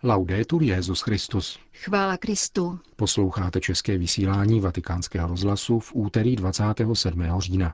Laudetur Jesus Christus. Chvála Kristu. Posloucháte české vysílání Vatikánského rozhlasu v úterý 27. října.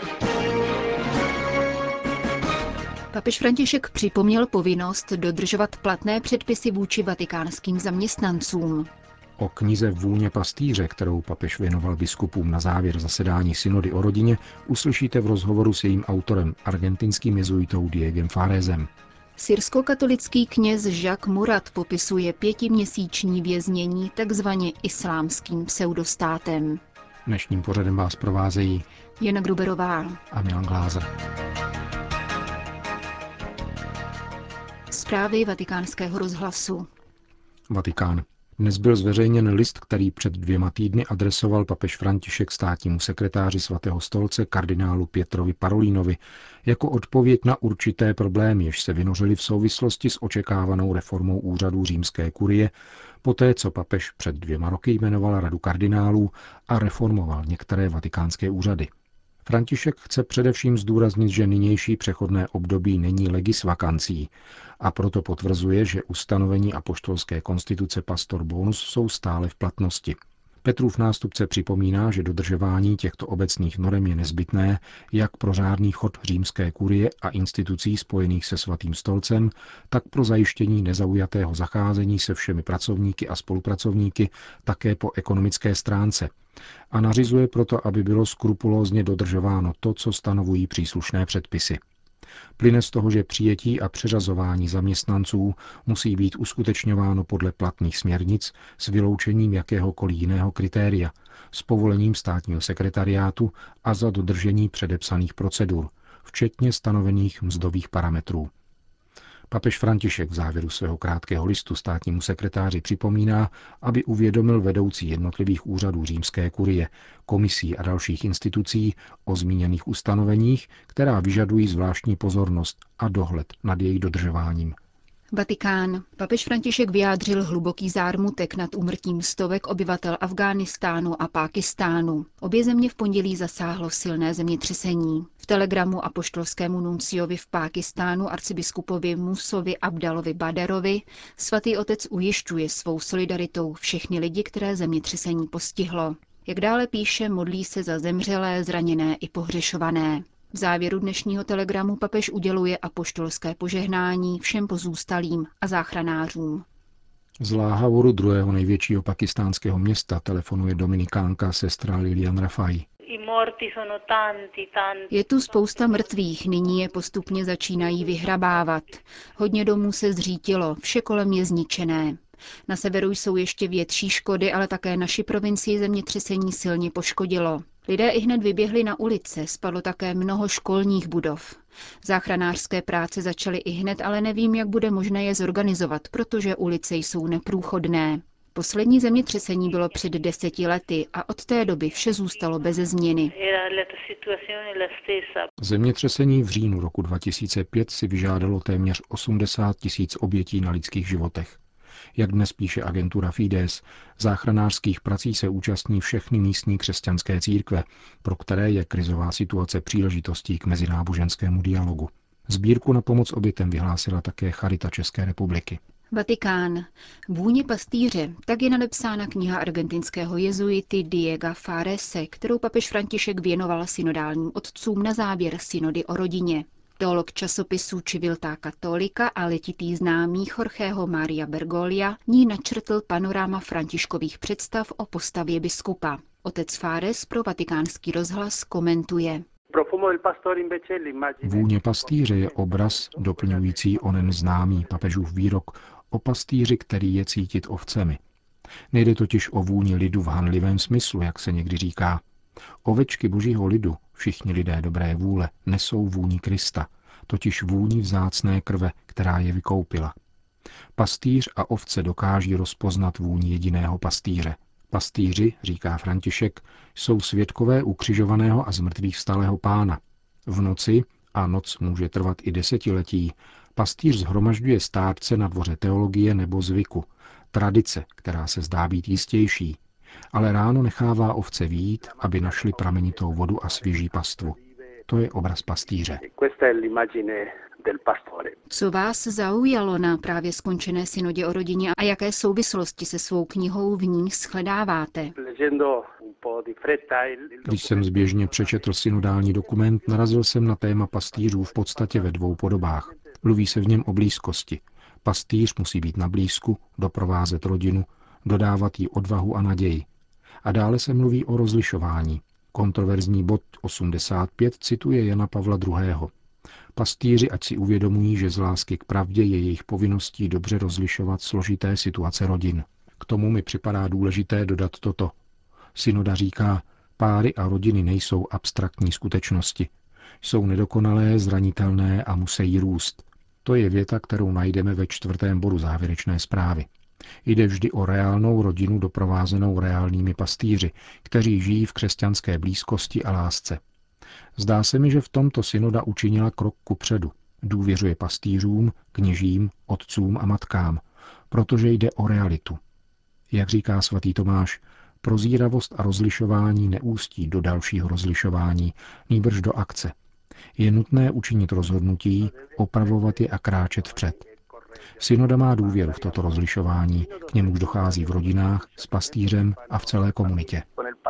Papež František připomněl povinnost dodržovat platné předpisy vůči vatikánským zaměstnancům. O knize Vůně pastýře, kterou papež věnoval biskupům na závěr zasedání synody o rodině, uslyšíte v rozhovoru s jejím autorem, argentinským jezuitou Diegem Fárezem. Syrsko-katolický kněz Jacques Murat popisuje 5měsíční věznění takzvaně islámským pseudostátem. Dnešním pořadem vás provázejí Jana Gruberová a Milan Glázer. Zprávy Vatikánského rozhlasu. Vatikán. Dnes byl zveřejněn list, který před 2 týdny adresoval papež František státnímu sekretáři Svatého stolce kardinálu Pietrovi Parolinovi jako odpověď na určité problémy, jež se vynořily v souvislosti s očekávanou reformou úřadů římské kurie, poté co papež před 2 roky jmenoval radu kardinálů a reformoval některé vatikánské úřady. František chce především zdůraznit, že nynější přechodné období není legis vacancí a proto potvrzuje, že ustanovení apoštolské konstituce Pastor Bonus jsou stále v platnosti. Petrův nástupce připomíná, že dodržování těchto obecných norem je nezbytné jak pro řádný chod římské kurie a institucí spojených se Svatým stolcem, tak pro zajištění nezaujatého zacházení se všemi pracovníky a spolupracovníky také po ekonomické stránce. A nařizuje proto, aby bylo skrupulózně dodržováno to, co stanovují příslušné předpisy. Plyne z toho, že přijetí a přeřazování zaměstnanců musí být uskutečňováno podle platných směrnic s vyloučením jakéhokoliv jiného kritéria, s povolením státního sekretariátu a za dodržení předepsaných procedur, včetně stanovených mzdových parametrů. Papež František v závěru svého krátkého listu státnímu sekretáři připomíná, aby uvědomil vedoucí jednotlivých úřadů římské kurie, komisí a dalších institucí o zmíněných ustanoveních, která vyžadují zvláštní pozornost a dohled nad jejich dodržováním. Vatikán. Papež František vyjádřil hluboký zármutek nad úmrtím stovek obyvatel Afghánistánu a Pákistánu. Obě země v pondělí zasáhlo silné zemětřesení. V telegramu apoštolskému nunciovi v Pákistánu arcibiskupovi Musovi Abdalovi Badarovi svatý otec ujišťuje svou solidaritou všechny lidi, které zemětřesení postihlo. Jak dále píše, modlí se za zemřelé, zraněné i pohřešované. V závěru dnešního telegramu papež uděluje apoštolské požehnání všem pozůstalým a záchranářům. Z Láhoru, druhého největšího pakistánského města, telefonuje dominikánka sestra Lilian Rafai. Je tu spousta mrtvých, nyní je postupně začínají vyhrabávat. Hodně domů se zřítilo, vše kolem je zničené. Na severu jsou ještě větší škody, ale také naši provincii zemětřesení silně poškodilo. Lidé ihned vyběhli na ulice, spadlo také mnoho školních budov. Záchranářské práce začaly ihned, ale nevím, jak bude možné je zorganizovat, protože ulice jsou neprůchodné. Poslední zemětřesení bylo před 10 lety a od té doby vše zůstalo beze změny. Zemětřesení v říjnu roku 2005 si vyžádalo téměř 80 000 obětí na lidských životech. Jak dnes píše agentura Fides, záchranářských prací se účastní všechny místní křesťanské církve, pro které je krizová situace příležitostí k mezináboženskému dialogu. Sbírku na pomoc obětem vyhlásila také Charita České republiky. Vatikán. Vůně pastýře, tak je nadepsána kniha argentinského jezuity Diega Fárese, kterou papež František věnoval synodálním otcům na závěr synody o rodině. Teolog časopisu Civiltà Cattolica a letitý známý Jorgeho Maria Bergoglio ní načrtl panoráma františkových představ o postavě biskupa. Otec Fáres pro Vatikánský rozhlas komentuje. Vůně pastýře je obraz doplňující onen známý papežův výrok o pastýři, který je cítit ovcemi. Nejde totiž o vůni lidu v hanlivém smyslu, jak se někdy říká. Ovečky božího lidu, všichni lidé dobré vůle, nesou vůni Krista, totiž vůni vzácné krve, která je vykoupila. Pastýř a ovce dokáží rozpoznat vůni jediného pastýře. Pastýři, říká František, jsou svědkové ukřižovaného a zmrtvých vstalého Pána. V noci, a noc může trvat i desetiletí, pastýř shromažďuje stádce na dvoře teologie nebo zvyku, tradice, která se zdá být jistější, ale ráno nechává ovce vyjít, aby našli pramenitou vodu a svěží pastvu. To je obraz pastýře. Co vás zaujalo na právě skončené synodě o rodině a jaké souvislosti se svou knihou v ní shledáváte? Když jsem zběžně přečetl synodální dokument, narazil jsem na téma pastýřů v podstatě ve dvou podobách. Mluví se v něm o blízkosti. Pastýř musí být na blízku, doprovázet rodinu, dodávat jí odvahu a naději. A dále se mluví o rozlišování. Kontroverzní bod 85 cituje Jana Pavla II. Pastýři ať si uvědomují, že z lásky k pravdě je jejich povinností dobře rozlišovat složité situace rodin. K tomu mi připadá důležité dodat toto. Synoda říká, páry a rodiny nejsou abstraktní skutečnosti. Jsou nedokonalé, zranitelné a musí růst. To je věta, kterou najdeme ve 4. bodu závěrečné zprávy. Jde vždy o reálnou rodinu doprovázenou reálnými pastýři, kteří žijí v křesťanské blízkosti a lásce. Zdá se mi, že v tomto synoda učinila krok kupředu. Důvěřuje pastýřům, kněžím, otcům a matkám, protože jde o realitu. Jak říká svatý Tomáš, prozíravost a rozlišování neústí do dalšího rozlišování, nýbrž do akce. Je nutné učinit rozhodnutí, opravovat je a kráčet vpřed. Synoda má důvěru v toto rozlišování, k němuž dochází v rodinách, s pastýřem a v celé komunitě.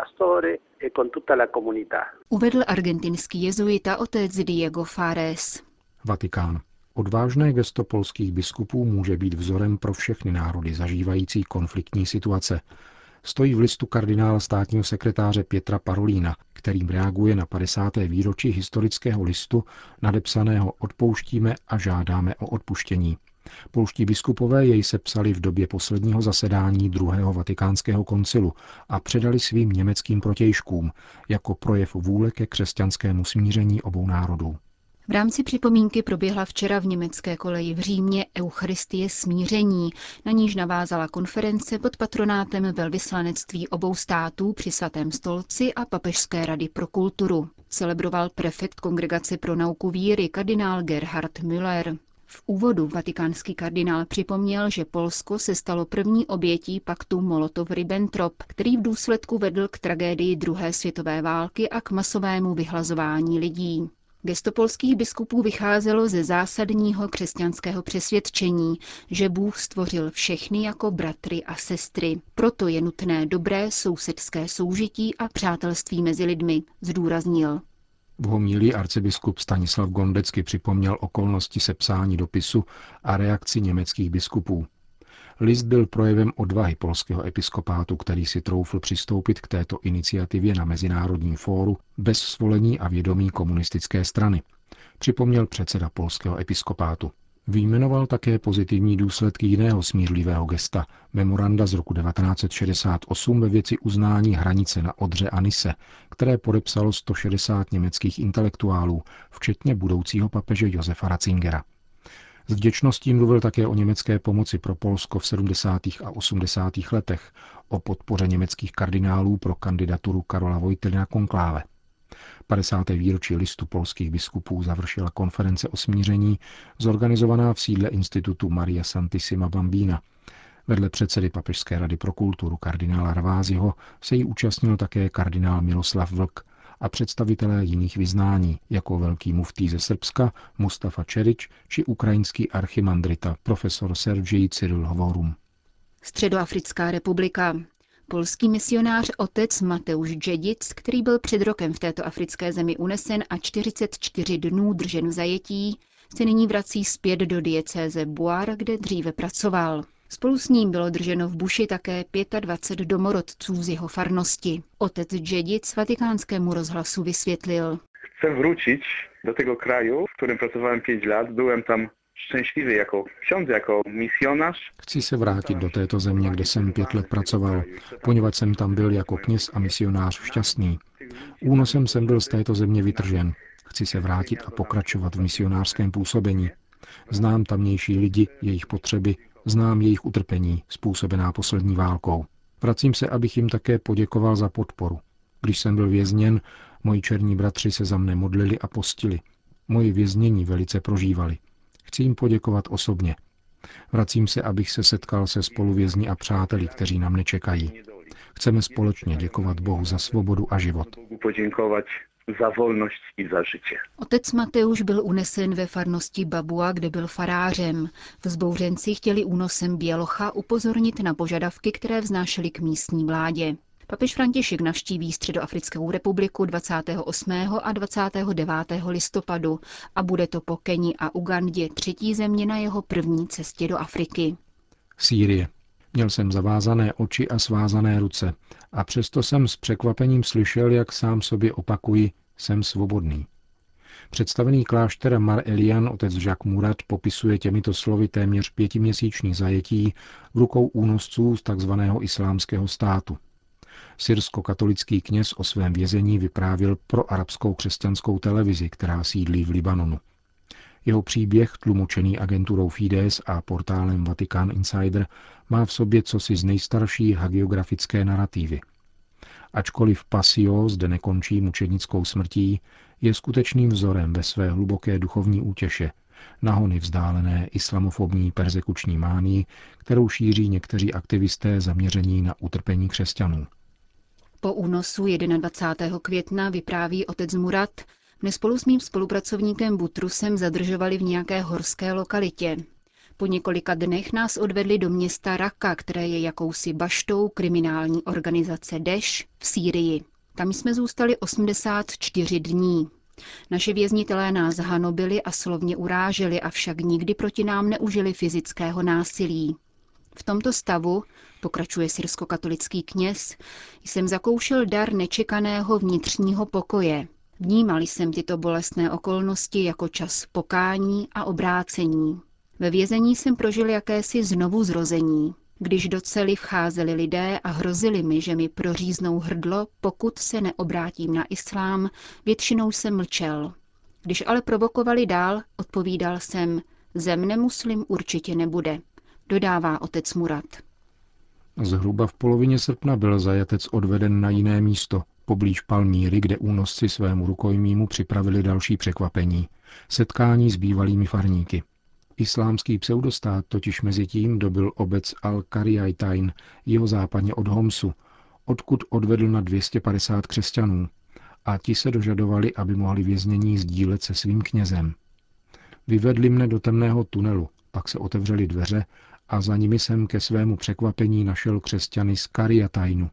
Uvedl argentinský jezuita otec Diego Fares. Vatikán. Odvážné gesto polských biskupů může být vzorem pro všechny národy zažívající konfliktní situace. Stojí v listu kardinála státního sekretáře Pietra Parolina, kterým reaguje na 50. výročí historického listu nadepsaného Odpouštíme a žádáme o odpuštění. Polští biskupové jej sepsali v době posledního zasedání druhého vatikánského koncilu a předali svým německým protějškům jako projev vůle ke křesťanskému smíření obou národů. V rámci připomínky proběhla včera v německé koleji v Římě Eucharistie smíření, na níž navázala konference pod patronátem velvyslanectví obou států při Svatém stolci a Papežské rady pro kulturu. Celebroval prefekt Kongregace pro nauku víry kardinál Gerhard Müller. V úvodu vatikánský kardinál připomněl, že Polsko se stalo první obětí paktu Molotov-Ribbentrop, který v důsledku vedl k tragédii druhé světové války a k masovému vyhlazování lidí. Gesto polských biskupů vycházelo ze zásadního křesťanského přesvědčení, že Bůh stvořil všechny jako bratry a sestry. Proto je nutné dobré sousedské soužití a přátelství mezi lidmi, zdůraznil. V homílii arcibiskup Stanislav Gondecky připomněl okolnosti sepsání dopisu a reakci německých biskupů. List byl projevem odvahy polského episkopátu, který si troufl přistoupit k této iniciativě na mezinárodním fóru bez svolení a vědomí komunistické strany, připomněl předseda polského episkopátu. Vyjmenoval také pozitivní důsledky jiného smířlivého gesta, memoranda z roku 1968 ve věci uznání hranice na Odře a Nise, které podepsalo 160 německých intelektuálů, včetně budoucího papeže Josefa Ratzingera. S vděčností mluvil také o německé pomoci pro Polsko v 70. a 80. letech, o podpoře německých kardinálů pro kandidaturu Karola Wojtyly na konkláve. 50. výročí listu polských biskupů završila konference o smíření, zorganizovaná v sídle institutu Maria Santissima Bambina. Vedle předsedy Papežské rady pro kulturu kardinála Ravázího se jí účastnil také kardinál Miloslav Vlk a představitelé jiných vyznání, jako velký muftý ze Srbska Mustafa Čerič či ukrajinský archimandrita profesor Sergej Cyril Hovorum. Středoafrická republika. Polský misionář otec Mateusz Dědic, který byl před rokem v této africké zemi unesen a 44 dnů držen v zajetí, se nyní vrací zpět do diecéze Buar, kde dříve pracoval. Spolu s ním bylo drženo v Buši také 25 domorodců z jeho farnosti. Otec Dědic Vatikánskému rozhlasu vysvětlil. Chcę wrócić do tego kraju, w którym pracowałem 5 lat. Byłem tam szczęśliwy jako ksiądz, jako misjonarz. Chci se vrátit do této země, kde jsem 5 let pracoval, poněvadž jsem tam byl jako kněz a misionář šťastný. Únosem jsem byl z této země vytržen. Chci se vrátit a pokračovat v misionářském působení. Znám tamnější lidi, jejich potřeby, znám jejich utrpení, způsobená poslední válkou. Vracím se, abych jim také poděkoval za podporu. Když jsem byl vězněn, moji černí bratři se za mne modlili a postili. Moji věznění velice prožívali. Chci jim poděkovat osobně. Vracím se, abych se setkal se spoluvězni a přáteli, kteří na mne čekají. Chceme společně děkovat Bohu za svobodu a život. Bogu poděkovat za volnost i za życie. Otec Mateusz byl unesen ve farnosti Babua, kde byl farářem. Vzbouřenci chtěli únosem bělocha upozornit na požadavky, které vznášely k místní vládě. Papež František navštíví Středoafrickou republiku 28. a 29. listopadu a bude to po Keni a Ugandě třetí země na jeho první cestě do Afriky. Sýrie. Měl jsem zavázané oči a svázané ruce a přesto jsem s překvapením slyšel, jak sám sobě opakuji, jsem svobodný. Představený klášter Mar Elian otec Jacques Murat popisuje těmito slovy téměř 5měsíční zajetí v rukou únosců z tzv. Islámského státu. Syrsko-katolický kněz o svém vězení vyprávěl pro arabskou křesťanskou televizi, která sídlí v Libanonu. Jeho příběh, tlumočený agenturou Fides a portálem Vatican Insider, má v sobě cosi z nejstarší hagiografické narrativy. Ačkoliv Pasio zde nekončí mučednickou smrtí, je skutečným vzorem ve své hluboké duchovní útěše, nahony vzdálené islamofobní perzekuční mánii, kterou šíří někteří aktivisté zaměření na utrpení křesťanů. Po únosu 21. května vypráví otec Murat, mne spolu s mým spolupracovníkem Butrusem zadržovali v nějaké horské lokalitě. Po několika dnech nás odvedli do města Raka, které je jakousi baštou kriminální organizace Daesh v Sýrii. Tam jsme zůstali 84 dní. Naši věznitelé nás hanobili a slovně uráželi, avšak nikdy proti nám neužili fyzického násilí. V tomto stavu, pokračuje syrskokatolický kněz, jsem zakoušel dar nečekaného vnitřního pokoje. Vnímal jsem tyto bolestné okolnosti jako čas pokání a obrácení. Ve vězení jsem prožil jakési znovuzrození. Když do cely vcházeli lidé a hrozili mi, že mi proříznou hrdlo, pokud se neobrátím na islám, většinou jsem mlčel. Když ale provokovali dál, odpovídal jsem, ze mne muslim určitě nebude, dodává otec Murat. Zhruba v polovině srpna byl zajatec odveden na jiné místo, poblíž Palmíry, kde únosci svému rukojmímu připravili další překvapení – setkání s bývalými farníky. Islámský pseudostát totiž mezi tím dobyl obec Al-Qariajtain jihozápadně od Homsu, odkud odvedl na 250 křesťanů a ti se dožadovali, aby mohli věznění sdílet se svým knězem. Vyvedli mne do temného tunelu, pak se otevřely dveře a za nimi jsem ke svému překvapení našel křesťany z Qariajtainu.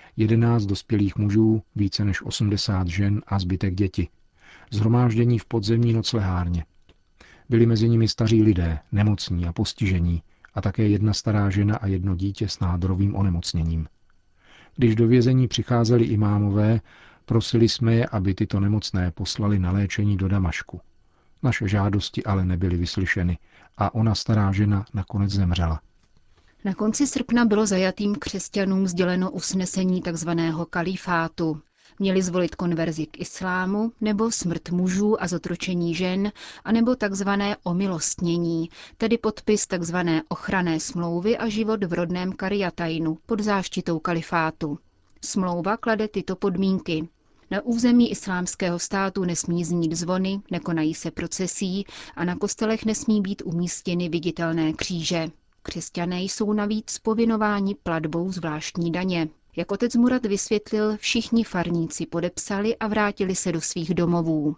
11 dospělých mužů, více než 80 žen a zbytek děti. Shromáždění v podzemní noclehárně. Byli mezi nimi staří lidé, nemocní a postižení, a také jedna stará žena a jedno dítě s nádorovým onemocněním. Když do vězení přicházeli imámové, prosili jsme je, aby tyto nemocné poslali na léčení do Damašku. Naše žádosti ale nebyly vyslyšeny a ona stará žena nakonec zemřela. Na konci srpna bylo zajatým křesťanům sděleno usnesení tzv. Kalifátu. Měli zvolit konverzi k islámu, nebo smrt mužů a zotročení žen, anebo tzv. Omilostnění, tedy podpis tzv. Ochranné smlouvy a život v rodném Qariajtainu pod záštitou kalifátu. Smlouva klade tyto podmínky. Na území islámského státu nesmí znít zvony, nekonají se procesí a na kostelech nesmí být umístěny viditelné kříže. Křesťané jsou navíc povinováni platbou zvláštní daně. Jak otec Murat vysvětlil, všichni farníci podepsali a vrátili se do svých domovů.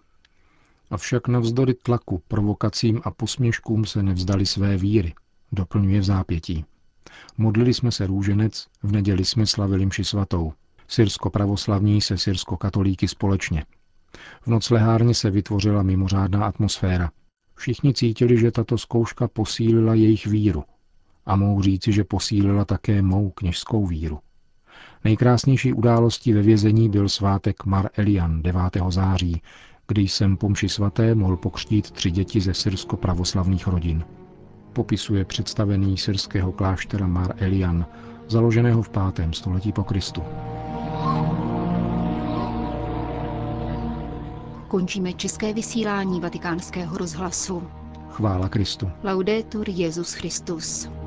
Avšak navzdory tlaku, provokacím a posměškům se nevzdali své víry, doplňuje v zápětí. Modlili jsme se růženec, v neděli jsme slavili mši svatou. Syrsko-pravoslavní se syrsko-katolíky společně. V noclehárně se vytvořila mimořádná atmosféra. Všichni cítili, že tato zkouška posílila jejich víru. A mohu říci, že posílila také mou kněžskou víru. Nejkrásnější událostí ve vězení byl svátek Mar Elian 9. září, kdy jsem po mši svaté mohl pokřtít 3 děti ze syrsko-pravoslavných rodin. Popisuje představený syrského kláštera Mar Elian, založeného v 5. století po Kristu. Končíme české vysílání Vatikánského rozhlasu. Chvála Kristu. Laudetur Jesus Christus.